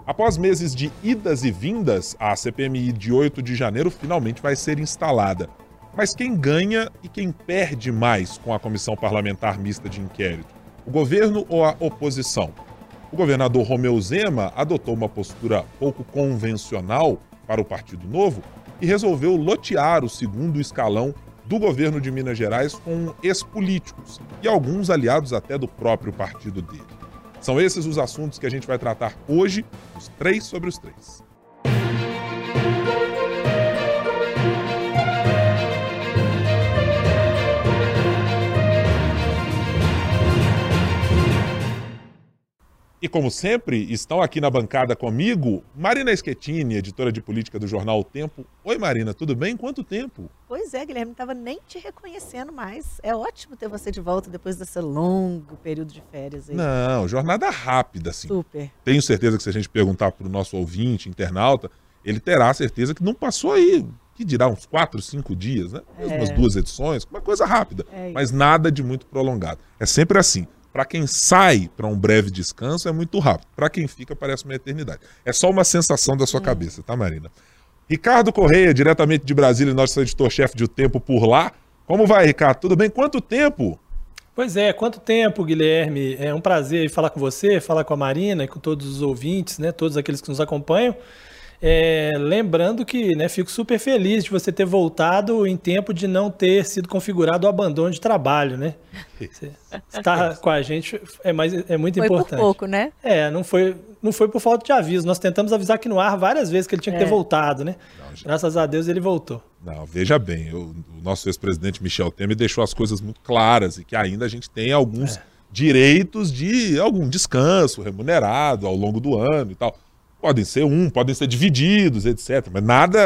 Após meses de idas e vindas, a CPMI de 8 de janeiro finalmente vai ser instalada. Mas quem ganha e quem perde mais com a Comissão Parlamentar Mista de Inquérito? O governo ou a oposição? O governador Romeu Zema adotou uma postura pouco convencional para o Partido Novo e resolveu lotear o segundo escalão do governo de Minas Gerais com ex-políticos e alguns aliados até do próprio partido dele. São esses os assuntos que a gente vai tratar hoje, os 3 sobre os 3. E como sempre, estão aqui na bancada comigo Marina Schettini, editora de política do jornal O Tempo. Oi Marina, tudo bem? Quanto tempo? Pois é, Guilherme, não estava nem te reconhecendo mais. É ótimo ter você de volta depois desse longo período de férias aí. Não, jornada rápida, assim. Super. Tenho certeza que se a gente perguntar para o nosso ouvinte, internauta, ele terá certeza que não passou aí, que dirá, uns 4, 5 dias, né? Umas 2 edições, uma coisa rápida, mas nada de muito prolongado. É sempre assim. Para quem sai para um breve descanso é muito rápido. Para quem fica parece uma eternidade. É só uma sensação da sua cabeça, tá, Marina? Ricardo Correia, diretamente de Brasília, nosso editor-chefe de O Tempo por lá. Como vai, Ricardo? Tudo bem? Quanto tempo? Pois é, quanto tempo, Guilherme. É um prazer falar com você, falar com a Marina e com todos os ouvintes, né? Todos aqueles que nos acompanham. Lembrando que, né, fico super feliz de você ter voltado em tempo de não ter sido configurado o abandono de trabalho, né? Você estar com a gente é muito importante. Foi por pouco, né? Não foi por falta de aviso. Nós tentamos avisar aqui no ar várias vezes que ele tinha que ter voltado, né? Graças a Deus ele voltou. Não, veja bem, o nosso ex-presidente Michel Temer deixou as coisas muito claras e que ainda a gente tem alguns direitos de algum descanso remunerado ao longo do ano e tal. Podem ser podem ser divididos, etc. Mas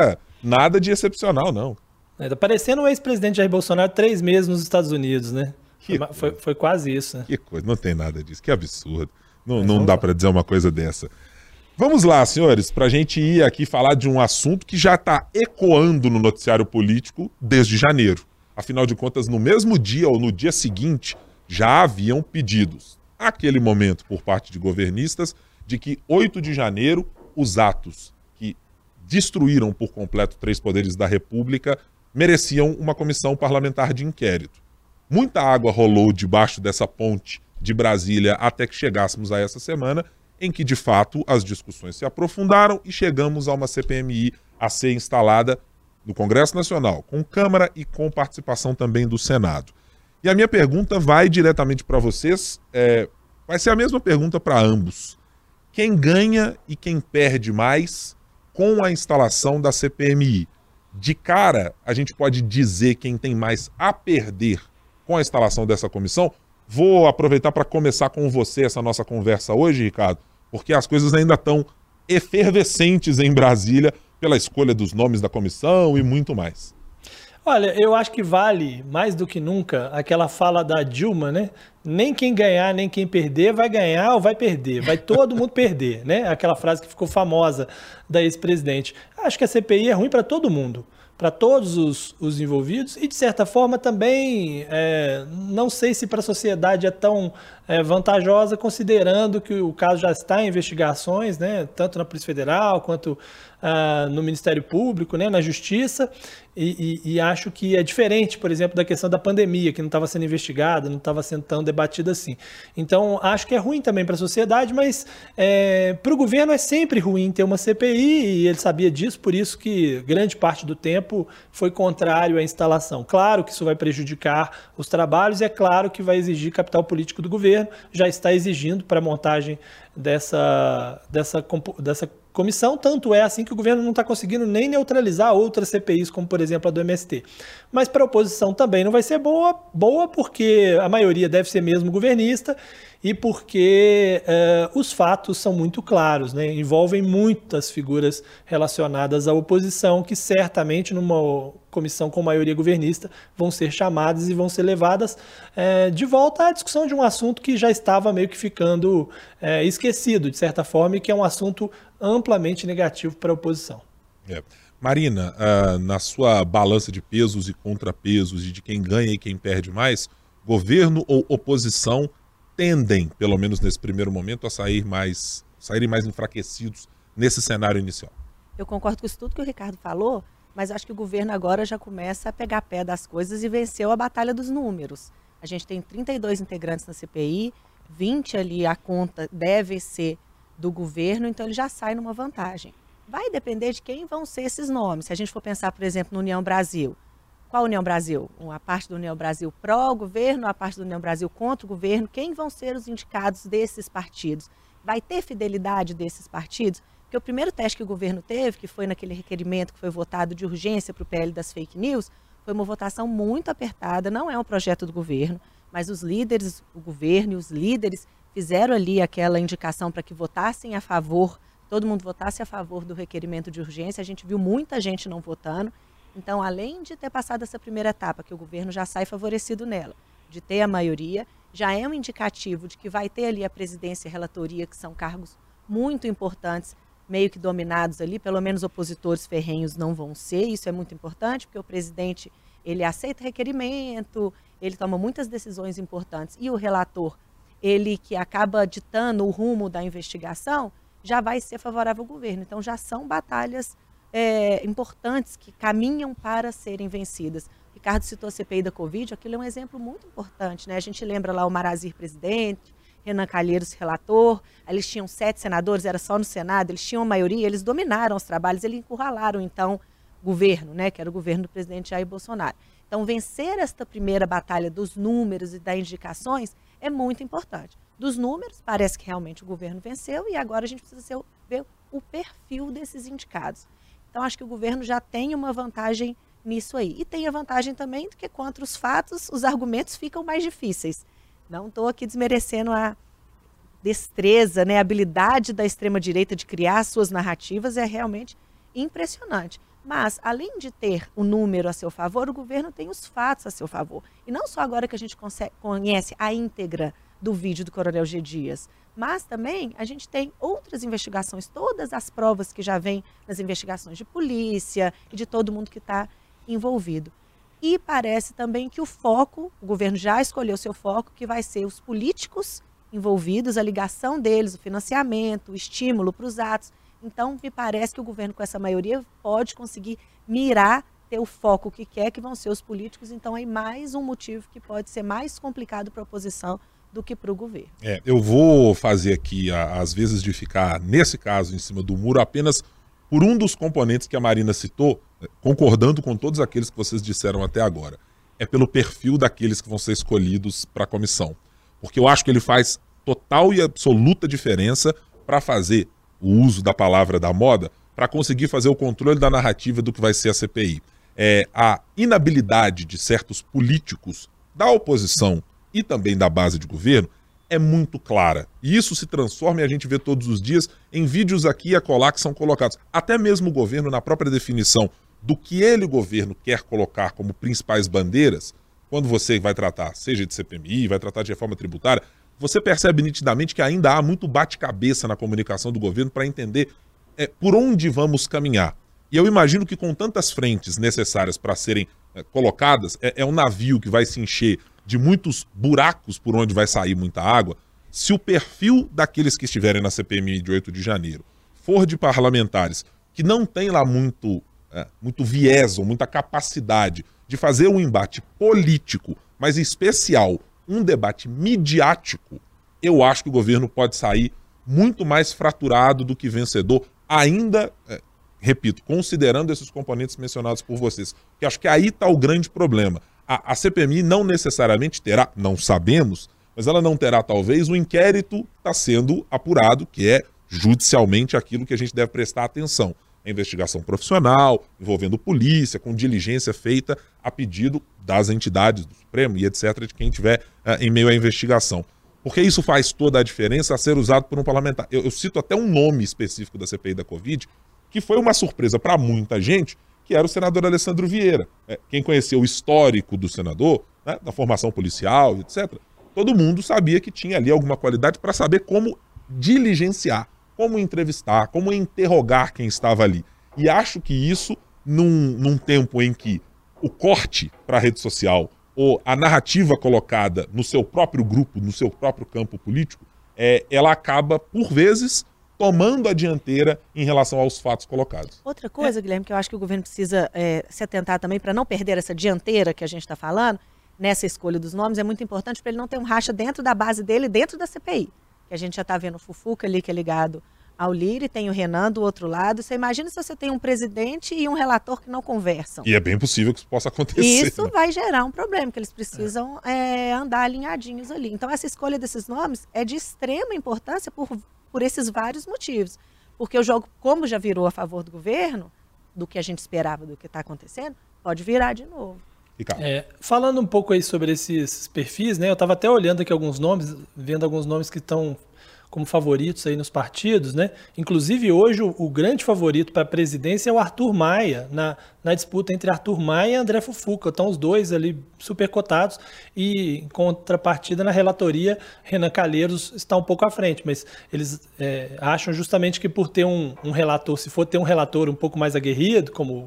nada de excepcional, não. Tá parecendo o ex-presidente Jair Bolsonaro 3 meses nos Estados Unidos, né? Foi quase isso, né? Que coisa, não tem nada disso, que absurdo. Não dá para dizer uma coisa dessa. Vamos lá, senhores, para a gente ir aqui falar de um assunto que já está ecoando no noticiário político desde janeiro. Afinal de contas, no mesmo dia ou no dia seguinte, já haviam pedidos. Naquele momento, por parte de governistas, de que 8 de janeiro, os atos que destruíram por completo 3 poderes da República mereciam uma comissão parlamentar de inquérito. Muita água rolou debaixo dessa ponte de Brasília até que chegássemos a essa semana, em que, de fato, as discussões se aprofundaram e chegamos a uma CPMI a ser instalada no Congresso Nacional, com Câmara e com participação também do Senado. E a minha pergunta vai diretamente para vocês, vai ser a mesma pergunta para ambos. Quem ganha e quem perde mais com a instalação da CPMI? De cara, a gente pode dizer quem tem mais a perder com a instalação dessa comissão? Vou aproveitar para começar com você essa nossa conversa hoje, Ricardo, porque as coisas ainda estão efervescentes em Brasília pela escolha dos nomes da comissão e muito mais. Olha, eu acho que vale mais do que nunca aquela fala da Dilma, né? Nem quem ganhar, nem quem perder vai ganhar ou vai perder. Vai todo mundo perder, né? Aquela frase que ficou famosa da ex-presidente. Acho que a CPI é ruim para todo mundo, para todos os envolvidos e, de certa forma, também não sei se para a sociedade é tão vantajosa, considerando que o caso já está em investigações, né? Tanto na Polícia Federal quanto no Ministério Público, né? Na Justiça. E acho que é diferente, por exemplo, da questão da pandemia, que não estava sendo investigada, não estava sendo tão debatida assim. Então, acho que é ruim também para a sociedade, mas para o governo é sempre ruim ter uma CPI, e ele sabia disso, por isso que grande parte do tempo foi contrário à instalação. Claro que isso vai prejudicar os trabalhos, e é claro que vai exigir capital político do governo, já está exigindo para a montagem dessa comissão, tanto é assim que o governo não está conseguindo nem neutralizar outras CPIs, como por exemplo a do MST. Mas para a oposição também não vai ser boa porque a maioria deve ser mesmo governista e porque os fatos são muito claros, né? Envolvem muitas figuras relacionadas à oposição que certamente numa comissão com maioria governista vão ser chamadas e vão ser levadas de volta à discussão de um assunto que já estava meio que ficando esquecido, de certa forma, e que é um assunto amplamente negativo para a oposição. Marina, na sua balança de pesos e contrapesos e de quem ganha e quem perde mais, governo ou oposição tendem, pelo menos nesse primeiro momento, a sair mais saírem mais enfraquecidos nesse cenário inicial. Eu concordo com isso tudo que o Ricardo falou, mas acho que o governo agora já começa a pegar pé das coisas e venceu a batalha dos números. A gente tem 32 integrantes na CPI, 20 ali a conta deve ser do governo, então ele já sai numa vantagem. Vai depender de quem vão ser esses nomes. Se a gente for pensar, por exemplo, no União Brasil. Qual União Brasil? A parte do União Brasil pró-governo, a parte do União Brasil contra o governo. Quem vão ser os indicados desses partidos? Vai ter fidelidade desses partidos? Porque o primeiro teste que o governo teve, que foi naquele requerimento que foi votado de urgência para o PL das fake news, foi uma votação muito apertada, não é um projeto do governo, mas os líderes, o governo e os líderes fizeram ali aquela indicação para que votassem a favor, todo mundo votasse a favor do requerimento de urgência. A gente viu muita gente não votando. Então, além de ter passado essa primeira etapa, que o governo já sai favorecido nela, de ter a maioria, já é um indicativo de que vai ter ali a presidência e a relatoria, que são cargos muito importantes, meio que dominados ali, pelo menos opositores ferrenhos não vão ser. Isso é muito importante, porque o presidente, ele aceita requerimento, ele toma muitas decisões importantes, e o relator, ele que acaba ditando o rumo da investigação, já vai ser favorável ao governo. Então, já são batalhas importantes que caminham para serem vencidas. O Ricardo citou a CPI da Covid, aquilo é um exemplo muito importante, né? A gente lembra lá o Marazir presidente, Renan Calheiros relator, eles tinham 7 senadores, era só no Senado, eles tinham a maioria, eles dominaram os trabalhos, eles encurralaram, então, o governo, né? Que era o governo do presidente Jair Bolsonaro. Então, vencer esta primeira batalha dos números e das indicações é muito importante. Dos números, parece que realmente o governo venceu, e agora a gente precisa ver o perfil desses indicados. Então, acho que o governo já tem uma vantagem nisso aí. E tem a vantagem também de que, contra os fatos, os argumentos ficam mais difíceis. Não estou aqui desmerecendo a destreza, né, a habilidade da extrema-direita de criar suas narrativas, é realmente impressionante. Mas, além de ter o número a seu favor, o governo tem os fatos a seu favor. E não só agora que a gente conhece a íntegra do vídeo do Coronel G. Dias, mas também a gente tem outras investigações, todas as provas que já vêm nas investigações de polícia e de todo mundo que está envolvido. E parece também que o foco, o governo já escolheu seu foco, que vai ser os políticos envolvidos, a ligação deles, o financiamento, o estímulo para os atos. Então, me parece que o governo, com essa maioria, pode conseguir mirar, ter o foco que quer, que vão ser os políticos. Então, é mais um motivo que pode ser mais complicado para a oposição do que para o governo. Eu vou fazer aqui, às vezes, de ficar, nesse caso, em cima do muro, apenas por um dos componentes que a Marina citou, concordando com todos aqueles que vocês disseram até agora. É pelo perfil daqueles que vão ser escolhidos para a comissão. Porque eu acho que ele faz total e absoluta diferença para fazer o uso da palavra da moda, para conseguir fazer o controle da narrativa do que vai ser a CPI. A inabilidade de certos políticos da oposição e também da base de governo é muito clara. E isso se transforma, e a gente vê todos os dias, em vídeos aqui e acolá que são colocados. Até mesmo o governo, na própria definição do que ele, o governo, quer colocar como principais bandeiras, quando você vai tratar, seja de CPMI, vai tratar de reforma tributária, você percebe nitidamente que ainda há muito bate-cabeça na comunicação do governo para entender por onde vamos caminhar. E eu imagino que com tantas frentes necessárias para serem colocadas, é um navio que vai se encher de muitos buracos por onde vai sair muita água. Se o perfil daqueles que estiverem na CPMI de 8 de janeiro for de parlamentares que não tem lá muito viés ou muita capacidade de fazer um embate político, mas em especial um debate midiático, eu acho que o governo pode sair muito mais fraturado do que vencedor, ainda, repito, considerando esses componentes mencionados por vocês, que acho que aí está o grande problema. A CPMI não necessariamente terá, não sabemos, mas ela não terá talvez o inquérito que está sendo apurado, que é judicialmente aquilo que a gente deve prestar atenção. A investigação profissional, envolvendo polícia, com diligência feita a pedido das entidades do Supremo e etc., de quem estiver em meio à investigação. Porque isso faz toda a diferença a ser usado por um parlamentar. Eu cito até um nome específico da CPI da Covid, que foi uma surpresa para muita gente, que era o senador Alessandro Vieira. Quem conheceu o histórico do senador, né, da formação policial, etc., todo mundo sabia que tinha ali alguma qualidade para saber como diligenciar, como entrevistar, como interrogar quem estava ali. E acho que isso, num tempo em que o corte para a rede social ou a narrativa colocada no seu próprio grupo, no seu próprio campo político, ela acaba, por vezes, tomando a dianteira em relação aos fatos colocados. Outra coisa, Guilherme, que eu acho que o governo precisa se atentar também para não perder essa dianteira que a gente está falando, nessa escolha dos nomes, é muito importante para ele não ter um racha dentro da base dele, dentro da CPI. Que a gente já está vendo o Fufuca ali, que é ligado ao Lira, e tem o Renan do outro lado. Você imagina se você tem um presidente e um relator que não conversam. E é bem possível que isso possa acontecer. Isso vai gerar um problema, porque eles precisam andar alinhadinhos ali. Então, essa escolha desses nomes é de extrema importância por esses vários motivos. Porque o jogo, como já virou a favor do governo, do que a gente esperava, do que está acontecendo, pode virar de novo. Falando um pouco aí sobre esses perfis, né? Eu estava até olhando aqui alguns nomes, vendo alguns nomes que estão como favoritos aí nos partidos, né? Inclusive hoje o grande favorito para a presidência é o Arthur Maia, na disputa entre Arthur Maia e André Fufuca. Estão os dois ali super cotados e em contrapartida na relatoria Renan Calheiros está um pouco à frente, mas eles acham justamente que por ter um relator, se for ter um relator um pouco mais aguerrido, como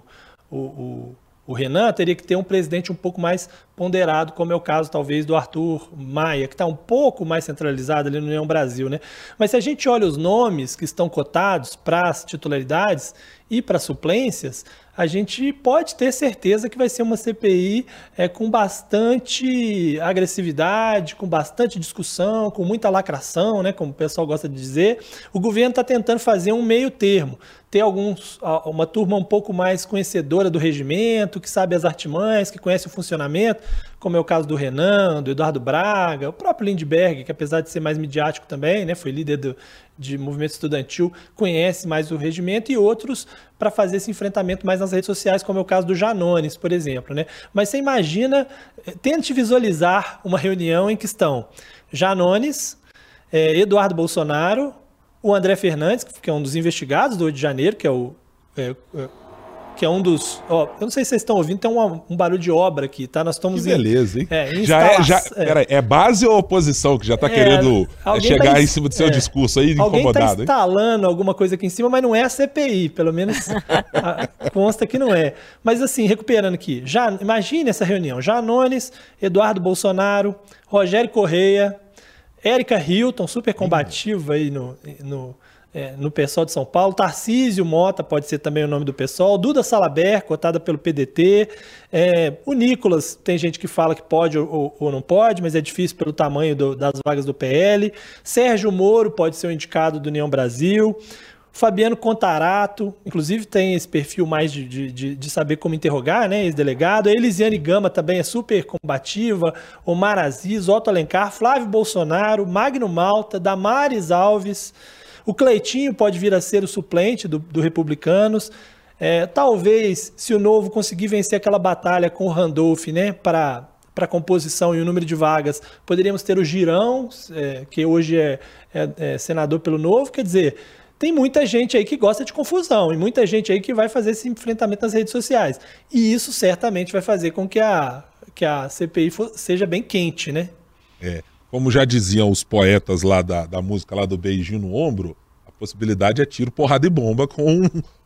o Renan, teria que ter um presidente um pouco mais ponderado, como é o caso, talvez, do Arthur Maia, que está um pouco mais centralizado ali no União Brasil, né? Mas se a gente olha os nomes que estão cotados para as titularidades e para suplências, a gente pode ter certeza que vai ser uma CPI com bastante agressividade, com bastante discussão, com muita lacração, né, como o pessoal gosta de dizer. O governo está tentando fazer um meio termo, ter uma turma um pouco mais conhecedora do regimento, que sabe as artimanhas, que conhece o funcionamento, como é o caso do Renan, do Eduardo Braga, o próprio Lindbergh, que apesar de ser mais midiático também, né, foi líder de movimento estudantil, conhece mais o regimento, e outros para fazer esse enfrentamento mais nas redes sociais, como é o caso do Janones, por exemplo, né? Mas você imagina, tente visualizar uma reunião em que estão Janones, Eduardo Bolsonaro, o André Fernandes, que é um dos investigados do 8 de janeiro, que é um dos... eu não sei se vocês estão ouvindo, tem um barulho de obra aqui, tá? Nós estamos que beleza, hein? Peraí, é base ou oposição que já está querendo chegar em cima do seu discurso aí, alguém incomodado? Alguém está instalando alguma coisa aqui em cima, mas não é a CPI, pelo menos consta que não é. Mas assim, recuperando aqui, imagine essa reunião, Janones, Eduardo Bolsonaro, Rogério Correia, Érica Hilton, super combativa aí no PSOL de São Paulo, Tarcísio Mota pode ser também o nome do PSOL, Duda Salabert, cotada pelo PDT, o Nicolas, tem gente que fala que pode ou não pode, mas é difícil pelo tamanho das vagas do PL, Sérgio Moro pode ser o indicado do União Brasil, Fabiano Contarato, inclusive tem esse perfil mais de saber como interrogar, né, ex-delegado. A Elisiane Gama também é super combativa, Omar Aziz, Otto Alencar, Flávio Bolsonaro, Magno Malta, Damares Alves, o Cleitinho pode vir a ser o suplente do Republicanos. Talvez, se o Novo conseguir vencer aquela batalha com o Randolph, né, para a composição e o número de vagas, poderíamos ter o Girão, que hoje é senador pelo Novo. Quer dizer, tem muita gente aí que gosta de confusão e muita gente aí que vai fazer esse enfrentamento nas redes sociais. E isso certamente vai fazer com que a CPI seja bem quente, né? Como já diziam os poetas lá da música lá do Beijinho no Ombro, a possibilidade é tiro, porrada e bomba com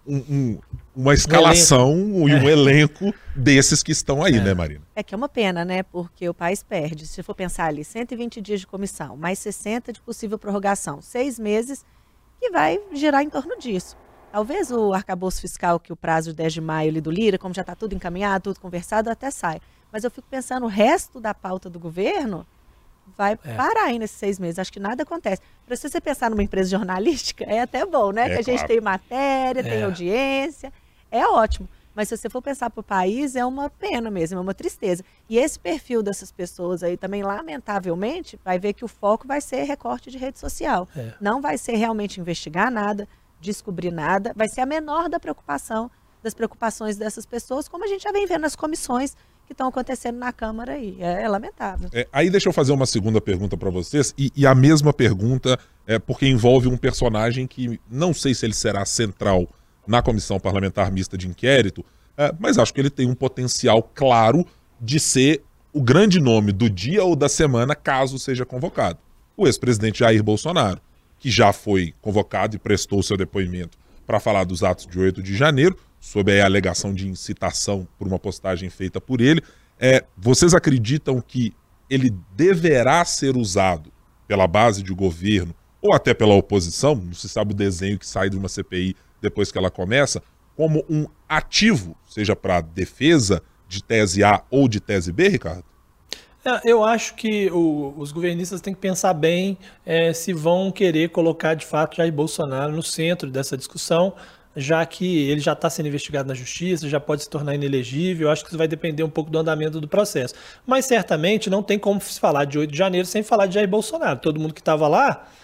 uma escalação e um elenco desses que estão aí, né, Marina? Que é uma pena, né? Porque o país perde. Se for pensar ali, 120 dias de comissão, mais 60 de possível prorrogação, 6 meses, que vai girar em torno disso. Talvez o arcabouço fiscal, que o prazo de 10 de maio ali do Lira, como já está tudo encaminhado, tudo conversado, até sai. Mas eu fico pensando, o resto da pauta do governo vai parar aí nesses 6 meses. Acho que nada acontece. Para você pensar numa empresa jornalística, é até bom, né? Que a gente tem matéria, tem audiência, é ótimo. Mas se você for pensar para o país, é uma pena mesmo, é uma tristeza. E esse perfil dessas pessoas aí também, lamentavelmente, vai ver que o foco vai ser recorte de rede social. Não vai ser realmente investigar nada, descobrir nada, vai ser a menor das preocupações dessas pessoas, como a gente já vem vendo nas comissões que estão acontecendo na Câmara aí. É lamentável. Aí deixa eu fazer uma segunda pergunta para vocês, e a mesma pergunta porque envolve um personagem que não sei se ele será central na Comissão Parlamentar Mista de Inquérito, mas acho que ele tem um potencial claro de ser o grande nome do dia ou da semana, caso seja convocado. O ex-presidente Jair Bolsonaro, que já foi convocado e prestou seu depoimento para falar dos atos de 8 de janeiro, sob a alegação de incitação por uma postagem feita por ele. Vocês acreditam que ele deverá ser usado pela base de governo ou até pela oposição, não se sabe o desenho que sai de uma CPI depois que ela começa, como um ativo, seja para defesa de tese A ou de tese B, Ricardo? Eu acho que os governistas têm que pensar bem se vão querer colocar de fato Jair Bolsonaro no centro dessa discussão, já que ele já está sendo investigado na justiça, já pode se tornar inelegível. Eu acho que isso vai depender um pouco do andamento do processo. Mas certamente não tem como se falar de 8 de janeiro sem falar de Jair Bolsonaro. Todo mundo que estava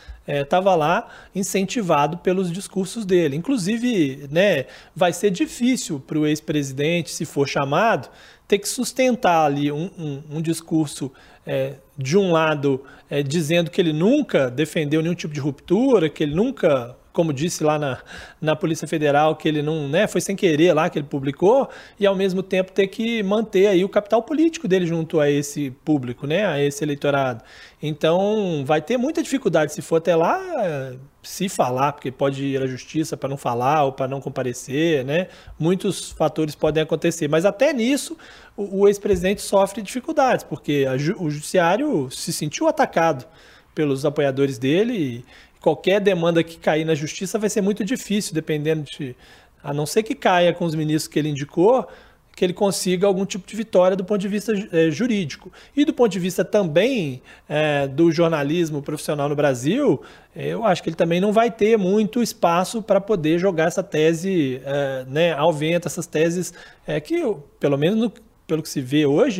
lá incentivado pelos discursos dele. Inclusive, né, vai ser difícil para o ex-presidente, se for chamado, ter que sustentar ali um discurso de um lado dizendo que ele nunca defendeu nenhum tipo de ruptura, que ele nunca, como disse lá na Polícia Federal, que ele não, né, foi sem querer lá que ele publicou, e ao mesmo tempo ter que manter aí o capital político dele junto a esse público, né, a esse eleitorado. Então vai ter muita dificuldade se for até lá se falar, porque pode ir à justiça para não falar ou para não comparecer, né? Muitos fatores podem acontecer, mas até nisso o ex-presidente sofre dificuldades, porque o judiciário se sentiu atacado pelos apoiadores dele e qualquer demanda que cair na justiça vai ser muito difícil, dependendo a não ser que caia com os ministros que ele indicou, que ele consiga algum tipo de vitória do ponto de vista jurídico. E do ponto de vista também do jornalismo profissional no Brasil, eu acho que ele também não vai ter muito espaço para poder jogar essa tese né, ao vento, essas teses que, pelo menos pelo que se vê hoje,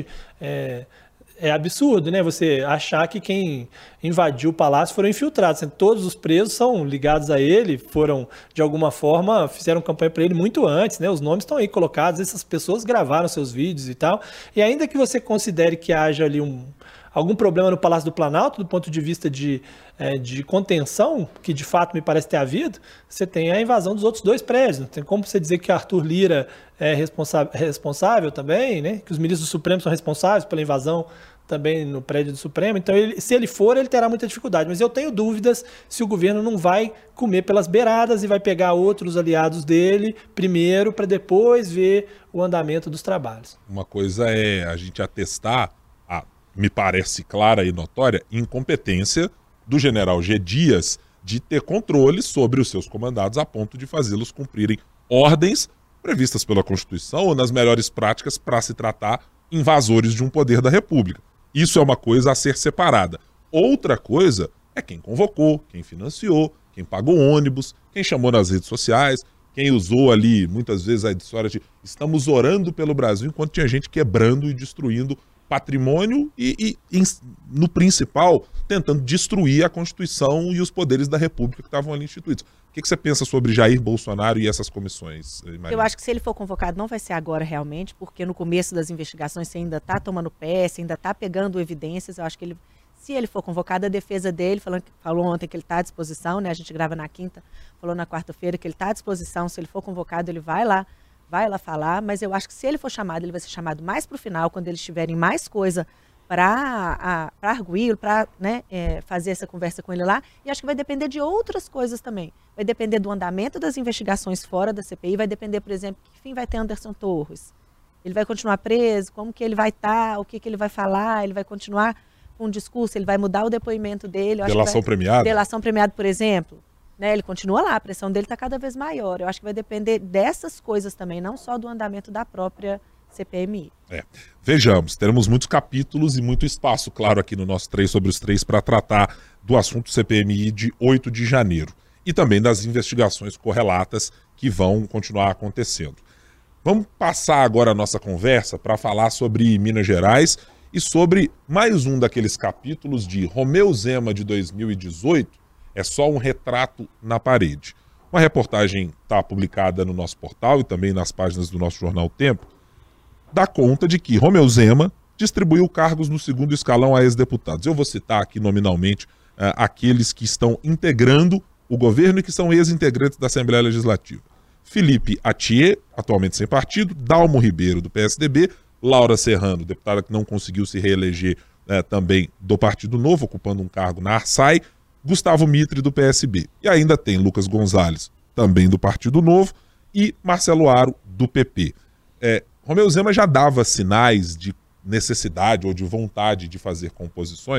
é absurdo, né? Você achar que quem invadiu o palácio foram infiltrados. Todos os presos são ligados a ele, foram, de alguma forma, fizeram campanha para ele muito antes, né? Os nomes estão aí colocados, essas pessoas gravaram seus vídeos e tal. E ainda que você considere que haja ali algum problema no Palácio do Planalto, do ponto de vista de contenção, que de fato me parece ter havido, você tem a invasão dos outros 2 prédios. Não tem como você dizer que Arthur Lira é responsável também, né? Que os ministros do Supremo são responsáveis pela invasão também no prédio do Supremo. Então, se ele for, ele terá muita dificuldade. Mas eu tenho dúvidas se o governo não vai comer pelas beiradas e vai pegar outros aliados dele primeiro, para depois ver o andamento dos trabalhos. Uma coisa é a gente atestar, me parece clara e notória, incompetência do general G. Dias de ter controle sobre os seus comandados a ponto de fazê-los cumprirem ordens previstas pela Constituição ou nas melhores práticas para se tratar invasores de um poder da República. Isso é uma coisa a ser separada. Outra coisa é quem convocou, quem financiou, quem pagou ônibus, quem chamou nas redes sociais, quem usou ali muitas vezes a história de estamos orando pelo Brasil, enquanto tinha gente quebrando e destruindo patrimônio e no principal, tentando destruir a Constituição e os poderes da República que estavam ali instituídos. O que você pensa sobre Jair Bolsonaro e essas comissões, Marina? Eu acho que se ele for convocado não vai ser agora realmente, porque no começo das investigações você ainda está tomando pé, você ainda está pegando evidências. Eu acho que se ele for convocado, a defesa dele, falou ontem que ele está à disposição, né? A gente grava na quinta, falou na quarta-feira que ele está à disposição. Se ele for convocado, ele vai lá falar, mas eu acho que se ele for chamado, ele vai ser chamado mais para o final, quando eles tiverem mais coisa para arguir, para fazer essa conversa com ele lá. E acho que vai depender de outras coisas também. Vai depender do andamento das investigações fora da CPI, vai depender, por exemplo, que fim vai ter Anderson Torres. Ele vai continuar preso? Como que ele vai estar? O que ele vai falar? Ele vai continuar com um discurso? Ele vai mudar o depoimento dele? Delação premiada? Delação premiada, por exemplo. Né, ele continua lá, a pressão dele está cada vez maior. Eu acho que vai depender dessas coisas também, não só do andamento da própria CPMI. Vejamos, teremos muitos capítulos e muito espaço, claro, aqui no nosso 3 sobre os 3 para tratar do assunto CPMI de 8 de janeiro e também das investigações correlatas que vão continuar acontecendo. Vamos passar agora a nossa conversa para falar sobre Minas Gerais e sobre mais um daqueles capítulos de Romeu Zema de 2018, é só um retrato na parede. Uma reportagem está publicada no nosso portal e também nas páginas do nosso jornal Tempo, dá conta de que Romeu Zema distribuiu cargos no segundo escalão a ex-deputados. Eu vou citar aqui nominalmente aqueles que estão integrando o governo e que são ex-integrantes da Assembleia Legislativa. Felipe Atier, atualmente sem partido, Dalmo Ribeiro, do PSDB, Laura Serrano, deputada que não conseguiu se reeleger também do Partido Novo, ocupando um cargo na Arsai, Gustavo Mitre, do PSB. E ainda tem Lucas Gonzalez, também do Partido Novo, e Marcelo Aro, do PP. Romeu Zema já dava sinais de necessidade ou de vontade de fazer composições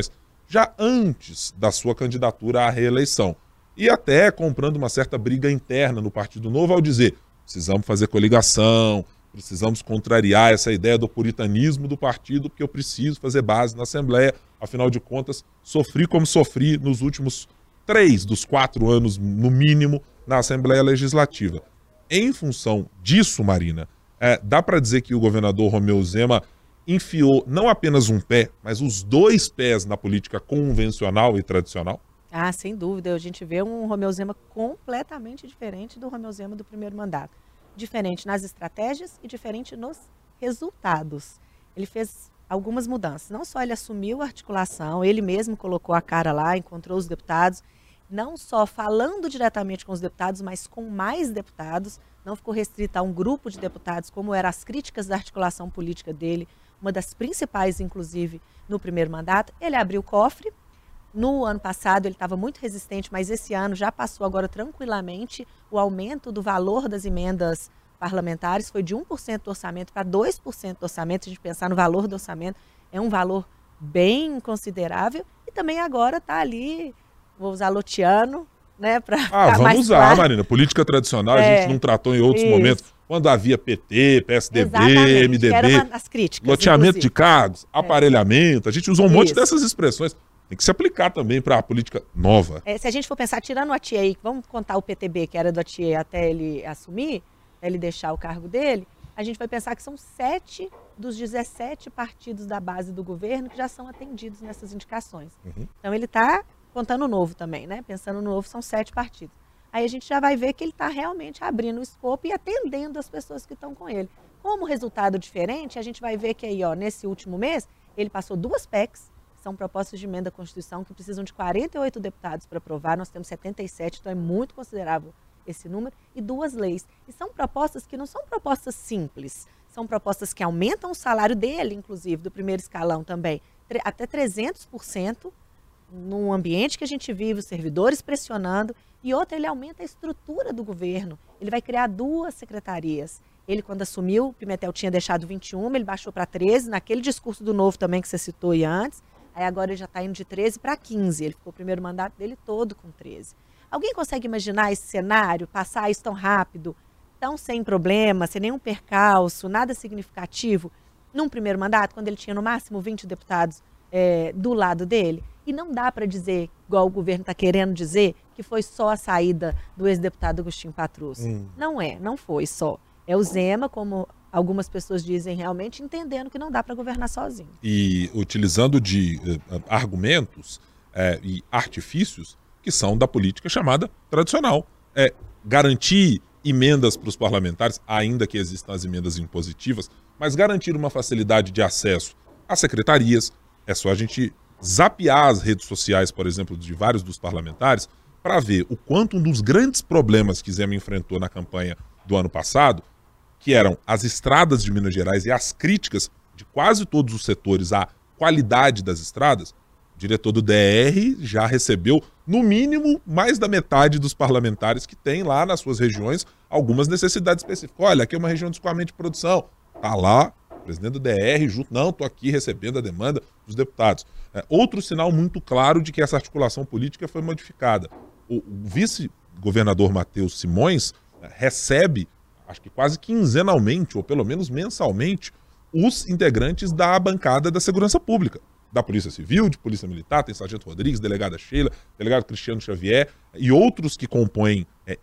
já antes da sua candidatura à reeleição. E até comprando uma certa briga interna no Partido Novo ao dizer: precisamos fazer coligação, precisamos contrariar essa ideia do puritanismo do partido, porque eu preciso fazer base na Assembleia. Afinal de contas, sofri como sofri nos últimos 3 dos 4 anos, no mínimo, na Assembleia Legislativa. Em função disso, Marina, dá para dizer que o governador Romeu Zema enfiou não apenas um pé, mas os 2 pés na política convencional e tradicional? Ah, sem dúvida. A gente vê um Romeu Zema completamente diferente do Romeu Zema do primeiro mandato. Diferente nas estratégias e diferente nos resultados. Ele fez algumas mudanças. Não só ele assumiu a articulação, ele mesmo colocou a cara lá, encontrou os deputados, não só falando diretamente com os deputados, mas com mais deputados. Não ficou restrito a um grupo de deputados, como eram as críticas da articulação política dele, uma das principais, inclusive, no primeiro mandato. Ele abriu o cofre. No ano passado ele estava muito resistente, mas esse ano já passou agora tranquilamente. O aumento do valor das emendas parlamentares foi de 1% do orçamento para 2% do orçamento. Se a gente pensar no valor do orçamento, é um valor bem considerável. E também agora está ali, vou usar loteando, né, para vamos usar, claro. Marina, política tradicional a gente não tratou em outros momentos, quando havia PT, PSDB, exatamente, MDB, as críticas, loteamento inclusive de cargos, aparelhamento, a gente usou um monte dessas expressões. Tem que se aplicar também para a política nova. Se a gente for pensar, tirando o Atier aí, vamos contar o PTB, que era do Atier até ele assumir, até ele deixar o cargo dele, a gente vai pensar que são 7 dos 17 partidos da base do governo que já são atendidos nessas indicações. Então ele está contando o novo também, né? Pensando no novo, são 7 partidos. Aí a gente já vai ver que ele está realmente abrindo o escopo e atendendo as pessoas que estão com ele. Como resultado diferente, a gente vai ver que aí, ó, nesse último mês, ele passou 2 PECs, são propostas de emenda à Constituição que precisam de 48 deputados para aprovar, nós temos 77, então é muito considerável esse número, e 2 leis. E são propostas que não são propostas simples, são propostas que aumentam o salário dele, inclusive, do primeiro escalão também, até 300%, num ambiente que a gente vive, os servidores pressionando, e outra, ele aumenta a estrutura do governo, ele vai criar 2 secretarias. Ele, quando assumiu, Pimentel tinha deixado 21, ele baixou para 13, naquele discurso do Novo também que você citou aí antes. Aí agora ele já está indo de 13 para 15, ele ficou o primeiro mandato dele todo com 13. Alguém consegue imaginar esse cenário, passar isso tão rápido, tão sem problema, sem nenhum percalço, nada significativo, num primeiro mandato, quando ele tinha no máximo 20 deputados do lado dele? E não dá para dizer, igual o governo está querendo dizer, que foi só a saída do ex-deputado Agostinho Patrus. Não foi só. É o Zema, como algumas pessoas dizem realmente, entendendo que não dá para governar sozinho. E utilizando de argumentos e artifícios que são da política chamada tradicional. Garantir emendas para os parlamentares, ainda que existam as emendas impositivas, mas garantir uma facilidade de acesso às secretarias. É só a gente zapear as redes sociais, por exemplo, de vários dos parlamentares, para ver o quanto um dos grandes problemas que Zema enfrentou na campanha do ano passado, que eram as estradas de Minas Gerais e as críticas de quase todos os setores à qualidade das estradas, o diretor do DR já recebeu, no mínimo, mais da metade dos parlamentares que tem lá nas suas regiões algumas necessidades específicas. Olha, aqui é uma região de escoamento de produção. Está lá, o presidente do DR, junto, não, estou aqui recebendo a demanda dos deputados. Outro sinal muito claro de que essa articulação política foi modificada. O vice-governador Matheus Simões recebe, acho que quase quinzenalmente, ou pelo menos mensalmente, os integrantes da bancada da Segurança Pública, da Polícia Civil, de Polícia Militar, tem Sargento Rodrigues, delegada Sheila, delegado Cristiano Xavier e outros que compõem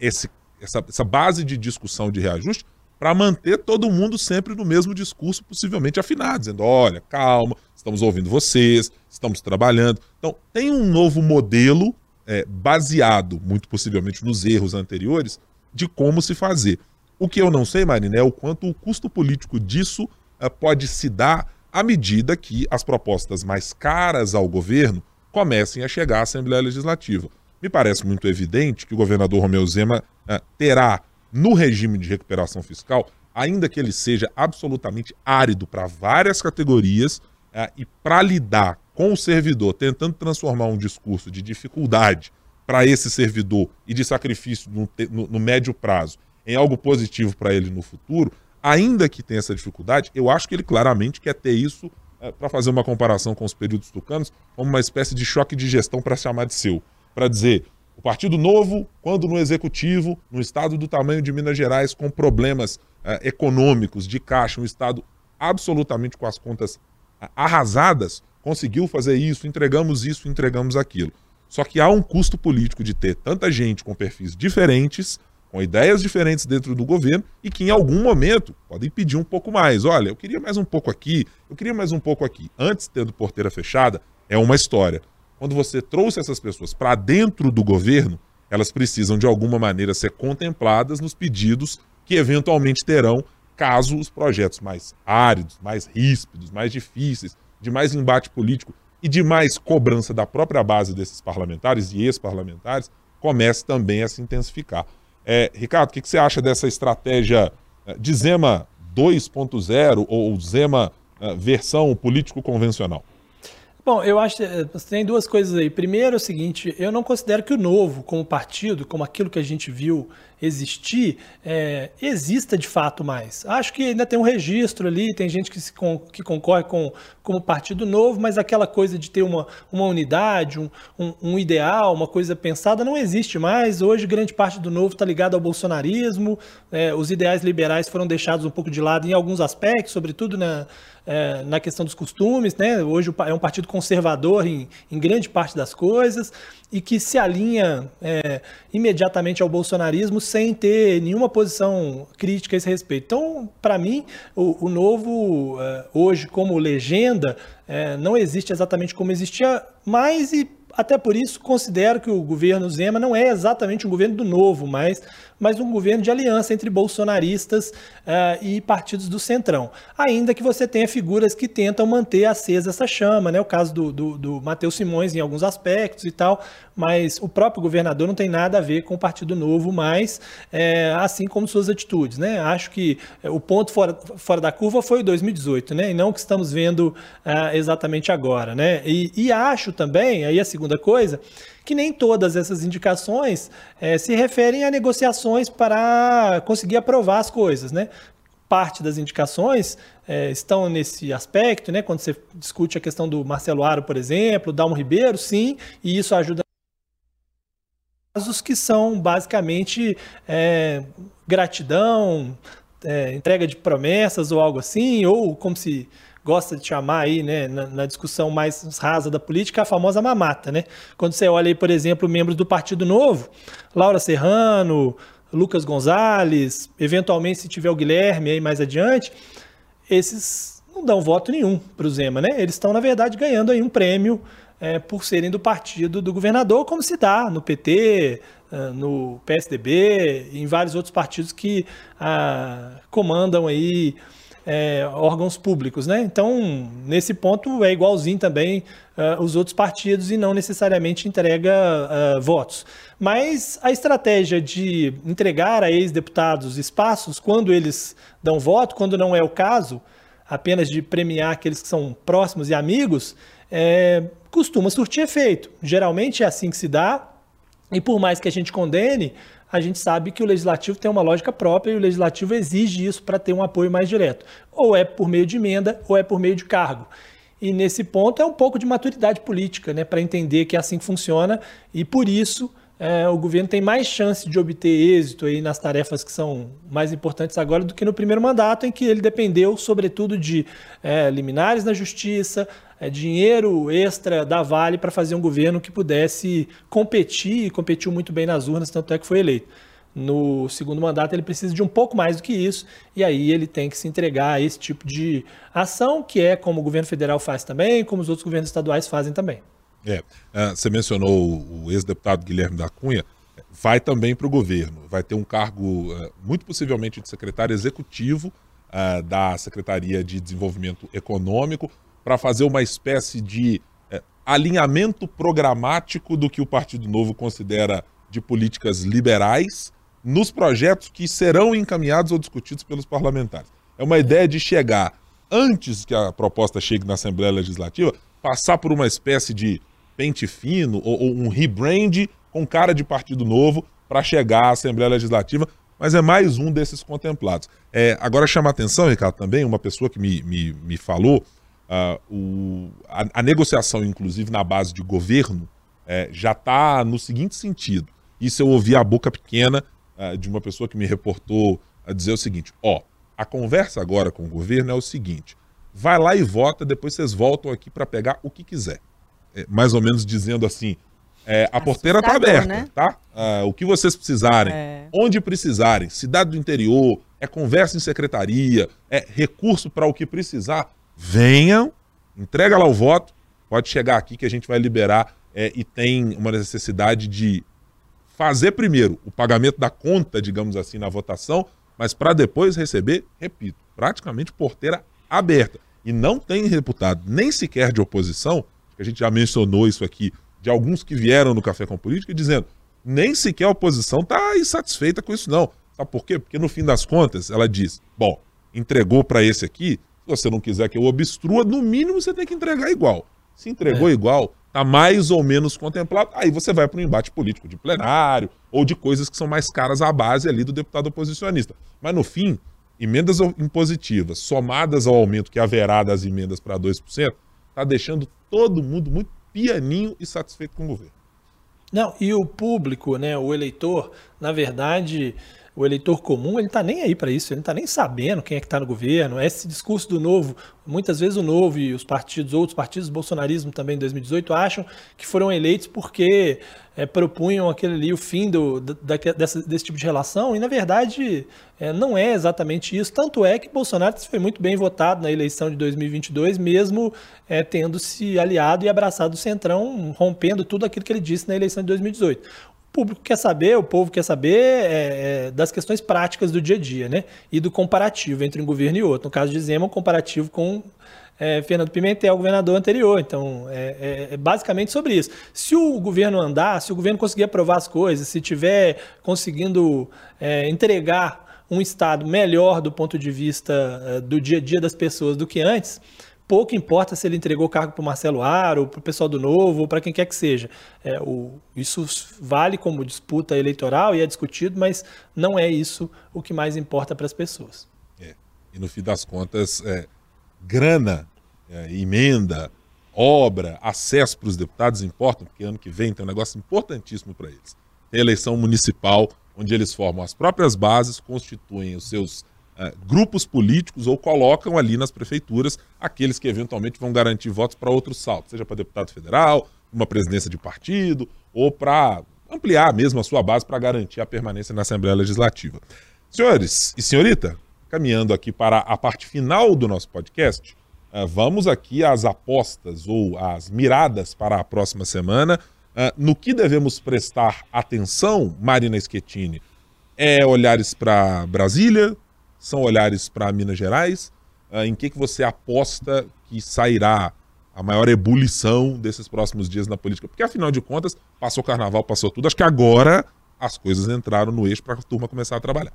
essa base de discussão de reajuste para manter todo mundo sempre no mesmo discurso, possivelmente afinado, dizendo, olha, calma, estamos ouvindo vocês, estamos trabalhando. Então, tem um novo modelo baseado, muito possivelmente, nos erros anteriores, de como se fazer. O que eu não sei, Marina, é o quanto o custo político disso pode se dar à medida que as propostas mais caras ao governo comecem a chegar à Assembleia Legislativa. Me parece muito evidente que o governador Romeu Zema terá, no regime de recuperação fiscal, ainda que ele seja absolutamente árido para várias categorias, e para lidar com o servidor, tentando transformar um discurso de dificuldade para esse servidor e de sacrifício no médio prazo em algo positivo para ele no futuro, ainda que tenha essa dificuldade, eu acho que ele claramente quer ter isso para fazer uma comparação com os períodos tucanos, como uma espécie de choque de gestão para chamar de seu, para dizer, o Partido Novo, quando no Executivo, no estado do tamanho de Minas Gerais, com problemas econômicos, de caixa, um estado absolutamente com as contas arrasadas, conseguiu fazer isso, entregamos aquilo. Só que há um custo político de ter tanta gente com perfis diferentes, com ideias diferentes dentro do governo e que em algum momento podem pedir um pouco mais. Olha, eu queria mais um pouco aqui, eu queria mais um pouco aqui. Antes, tendo porteira fechada, é uma história. Quando você trouxe essas pessoas para dentro do governo, elas precisam de alguma maneira ser contempladas nos pedidos que eventualmente terão, caso os projetos mais áridos, mais ríspidos, mais difíceis, de mais embate político e de mais cobrança da própria base desses parlamentares e ex-parlamentares, comece também a se intensificar. Ricardo, o que você acha dessa estratégia de Zema 2.0 ou Zema versão político convencional? Bom, eu acho que tem duas coisas aí. Primeiro é o seguinte, eu não considero que o Novo, como partido, como aquilo que a gente viu existir, exista de fato mais. Acho que ainda tem um registro ali, tem gente que concorre como Partido Novo, mas aquela coisa de ter uma unidade, um ideal, uma coisa pensada, não existe mais. Hoje, grande parte do Novo está ligado ao bolsonarismo, os ideais liberais foram deixados um pouco de lado em alguns aspectos, sobretudo na questão dos costumes, né? Hoje é um partido conservador em grande parte das coisas e que se alinha imediatamente ao bolsonarismo sem ter nenhuma posição crítica a esse respeito. Então, para mim, o Novo, hoje, como legenda, não existe exatamente como existia mais e até por isso considero que o governo Zema não é exatamente um governo do Novo, mas um governo de aliança entre bolsonaristas e partidos do Centrão. Ainda que você tenha figuras que tentam manter acesa essa chama, né? O caso do Matheus Simões em alguns aspectos e tal, mas o próprio governador não tem nada a ver com o Partido Novo mais, assim como suas atitudes, né? Acho que o ponto fora da curva foi o 2018, né? E não o que estamos vendo exatamente agora, né? E acho também, aí a segunda coisa, que nem todas essas indicações se referem a negociações para conseguir aprovar as coisas, né? Parte das indicações estão nesse aspecto, né? Quando você discute a questão do Marcelo Aro, por exemplo, Dalmo Ribeiro, sim, e isso ajuda casos que são basicamente gratidão, entrega de promessas ou algo assim, ou como se gosta de chamar aí, né, na discussão mais rasa da política, a famosa mamata, né? Quando você olha aí, por exemplo, membros do Partido Novo, Laura Serrano, Lucas Gonzalez, eventualmente se tiver o Guilherme aí mais adiante, esses não dão voto nenhum para o Zema, né? Eles estão, na verdade, ganhando aí um prêmio por serem do partido do governador, como se dá no PT, no PSDB e em vários outros partidos que comandam aí órgãos públicos, né? Então, nesse ponto é igualzinho também os outros partidos e não necessariamente entrega votos. Mas a estratégia de entregar a ex-deputados espaços quando eles dão voto, quando não é o caso, apenas de premiar aqueles que são próximos e amigos, costuma surtir efeito. Geralmente é assim que se dá, e por mais que a gente condene, a gente sabe que o Legislativo tem uma lógica própria e o Legislativo exige isso para ter um apoio mais direto. Ou é por meio de emenda, ou é por meio de cargo. E nesse ponto é um pouco de maturidade política, né, para entender que é assim que funciona e por isso o governo tem mais chance de obter êxito aí nas tarefas que são mais importantes agora do que no primeiro mandato, em que ele dependeu, sobretudo, de liminares na justiça, dinheiro extra da Vale para fazer um governo que pudesse competir, e competiu muito bem nas urnas, tanto é que foi eleito. No segundo mandato ele precisa de um pouco mais do que isso, e aí ele tem que se entregar a esse tipo de ação, que é como o governo federal faz também, como os outros governos estaduais fazem também. Você mencionou o ex-deputado Guilherme da Cunha, vai também para o governo, vai ter um cargo muito possivelmente de secretário executivo da Secretaria de Desenvolvimento Econômico, para fazer uma espécie de alinhamento programático do que o Partido Novo considera de políticas liberais nos projetos que serão encaminhados ou discutidos pelos parlamentares. É uma ideia de chegar, antes que a proposta chegue na Assembleia Legislativa, passar por uma espécie de pente fino ou um rebrand com cara de Partido Novo para chegar à Assembleia Legislativa, mas é mais um desses contemplados. Agora chama a atenção, Ricardo, também, uma pessoa que me falou a negociação, inclusive na base de governo, já está no seguinte sentido. Isso eu ouvi a boca pequena de uma pessoa que me reportou a dizer o seguinte: a conversa agora com o governo é o seguinte, vai lá e vota, depois vocês voltam aqui para pegar o que quiser. Mais ou menos dizendo assim, a porteira está aberta, né? Tá? O que vocês precisarem, onde precisarem, cidade do interior, conversa em secretaria, recurso para o que precisar, venham, entrega lá o voto, pode chegar aqui que a gente vai liberar e tem uma necessidade de fazer primeiro o pagamento da conta, digamos assim, na votação, mas para depois receber, repito, praticamente porteira aberta. E não tem deputado, nem sequer de oposição, que a gente já mencionou isso aqui, de alguns que vieram no Café com Política, dizendo nem sequer a oposição está insatisfeita com isso não. Sabe por quê? Porque no fim das contas, ela diz, bom, entregou para esse aqui, se você não quiser que eu obstrua, no mínimo você tem que entregar igual. Se entregou igual, está mais ou menos contemplado, aí você vai para um embate político de plenário ou de coisas que são mais caras à base ali do deputado oposicionista. Mas no fim, emendas impositivas somadas ao aumento que haverá das emendas para 2%, está deixando todo mundo muito pianinho e satisfeito com o governo. Não, e o público, né, o eleitor, na verdade, o eleitor comum, ele tá nem aí para isso, ele não tá nem sabendo quem é que tá no governo. Esse discurso do Novo, muitas vezes o Novo e os partidos, outros partidos, o bolsonarismo também em 2018, acham que foram eleitos porque propunham aquele ali, o fim desse tipo de relação, e na verdade não é exatamente isso. Tanto é que Bolsonaro foi muito bem votado na eleição de 2022, mesmo tendo se aliado e abraçado o Centrão, rompendo tudo aquilo que ele disse na eleição de 2018. O público quer saber, o povo quer saber das questões práticas do dia a dia, né? E do comparativo entre um governo e outro. No caso de Zema, um comparativo com Fernando Pimentel, governador anterior. Então, é basicamente sobre isso. Se o governo andar, se o governo conseguir aprovar as coisas, se estiver conseguindo entregar um Estado melhor do ponto de vista do dia a dia das pessoas do que antes, pouco importa se ele entregou o cargo para o Marcelo Aro, para o pessoal do Novo, ou para quem quer que seja. Isso vale como disputa eleitoral e é discutido, mas não é isso o que mais importa para as pessoas. E no fim das contas, grana, emenda, obra, acesso para os deputados importam, porque ano que vem tem um negócio importantíssimo para eles. Tem a eleição municipal, onde eles formam as próprias bases, constituem os seus grupos políticos ou colocam ali nas prefeituras aqueles que eventualmente vão garantir votos para outros saltos, seja para deputado federal, uma presidência de partido ou para ampliar mesmo a sua base para garantir a permanência na Assembleia Legislativa. Senhores e senhorita, caminhando aqui para a parte final do nosso podcast, vamos aqui às apostas ou às miradas para a próxima semana. No que devemos prestar atenção, Marina Schettini? Olhares para Brasília? São olhares para Minas Gerais? Em que você aposta que sairá a maior ebulição desses próximos dias na política? Porque, afinal de contas, passou o carnaval, passou tudo. Acho que agora as coisas entraram no eixo para a turma começar a trabalhar.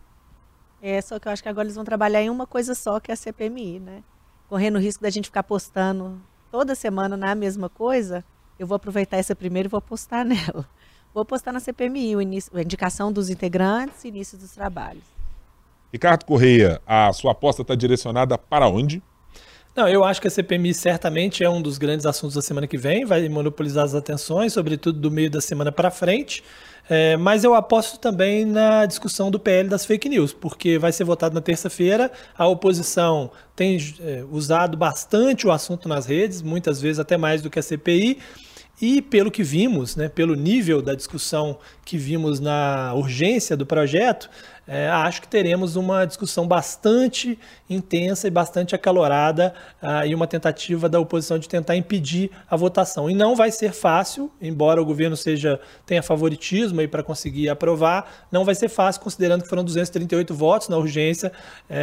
Só que eu acho que agora eles vão trabalhar em uma coisa só, que é a CPMI, né? Correndo o risco da gente ficar postando toda semana na mesma coisa, eu vou aproveitar essa primeiro e vou apostar nela. Vou apostar na CPMI, a indicação dos integrantes e início dos trabalhos. Ricardo Correia, a sua aposta está direcionada para onde? Não, eu acho que a CPMI certamente é um dos grandes assuntos da semana que vem, vai monopolizar as atenções, sobretudo do meio da semana para frente, mas eu aposto também na discussão do PL das fake news, porque vai ser votado na terça-feira, a oposição tem usado bastante o assunto nas redes, muitas vezes até mais do que a CPI, e pelo que vimos, né, pelo nível da discussão que vimos na urgência do projeto, acho que teremos uma discussão bastante intensa e bastante acalorada e uma tentativa da oposição de tentar impedir a votação. E não vai ser fácil, embora o governo tenha favoritismo para conseguir aprovar, não vai ser fácil, considerando que foram 238 votos na urgência,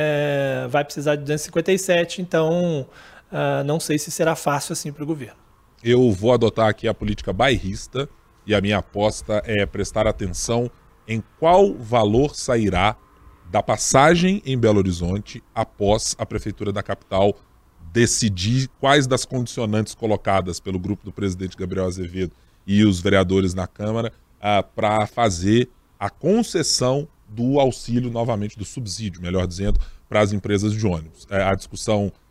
vai precisar de 257, então não sei se será fácil assim para o governo. Eu vou adotar aqui a política bairrista e a minha aposta é prestar atenção em qual valor sairá da passagem em Belo Horizonte após a Prefeitura da capital decidir quais das condicionantes colocadas pelo grupo do presidente Gabriel Azevedo e os vereadores na Câmara para fazer a concessão do auxílio, novamente do subsídio, melhor dizendo, para as empresas de ônibus. A discussão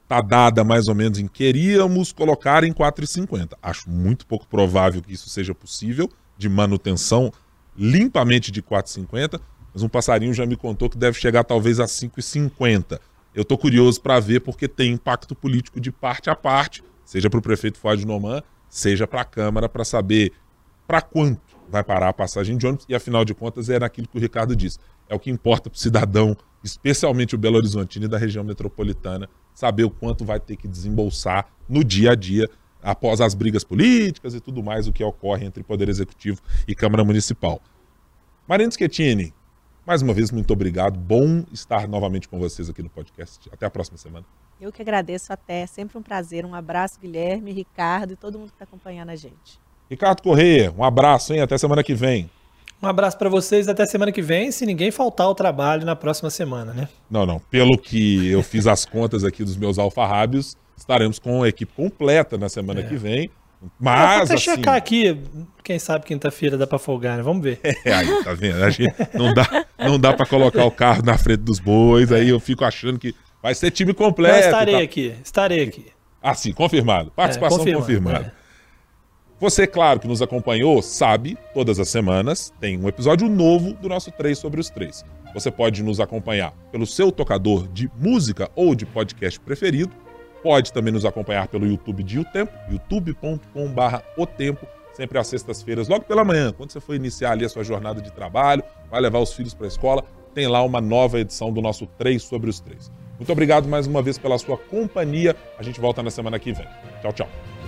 tá dada mais ou menos em queríamos colocar em 4,50. Acho muito pouco provável que isso seja possível, de manutenção limpamente de 4,50, mas um passarinho já me contou que deve chegar talvez a 5,50. Eu tô curioso para ver porque tem impacto político de parte a parte, seja para o prefeito Fuad Noman, seja para a Câmara, para saber para quanto vai parar a passagem de ônibus, e afinal de contas é naquilo que o Ricardo disse. É o que importa para o cidadão, especialmente o Belo Horizontino e da região metropolitana, saber o quanto vai ter que desembolsar no dia a dia, após as brigas políticas e tudo mais o que ocorre entre Poder Executivo e Câmara Municipal. Marina Schettini, mais uma vez, muito obrigado. Bom estar novamente com vocês aqui no podcast. Até a próxima semana. Eu que agradeço até. Sempre um prazer. Um abraço, Guilherme, Ricardo e todo mundo que está acompanhando a gente. Ricardo Corrêa, um abraço, hein? Até semana que vem. Um abraço para vocês, até semana que vem, se ninguém faltar ao trabalho na próxima semana, né? Não. Pelo que eu fiz as contas aqui dos meus alfarrábios, estaremos com a equipe completa na semana que vem. Mas, vou até assim... checar aqui, quem sabe quinta-feira dá para folgar, né? Vamos ver. Aí, tá vendo? A gente não dá para colocar o carro na frente dos bois, aí eu fico achando que vai ser time completo. Eu estarei aqui. Ah, sim, confirmado. Participação confirmada. Você, claro, que nos acompanhou, sabe, todas as semanas tem um episódio novo do nosso 3 sobre os 3. Você pode nos acompanhar pelo seu tocador de música ou de podcast preferido. Pode também nos acompanhar pelo YouTube de O Tempo, youtube.com/otempo, sempre às sextas-feiras, logo pela manhã, quando você for iniciar ali a sua jornada de trabalho, vai levar os filhos para a escola, tem lá uma nova edição do nosso 3 sobre os 3. Muito obrigado mais uma vez pela sua companhia. A gente volta na semana que vem. Tchau, tchau.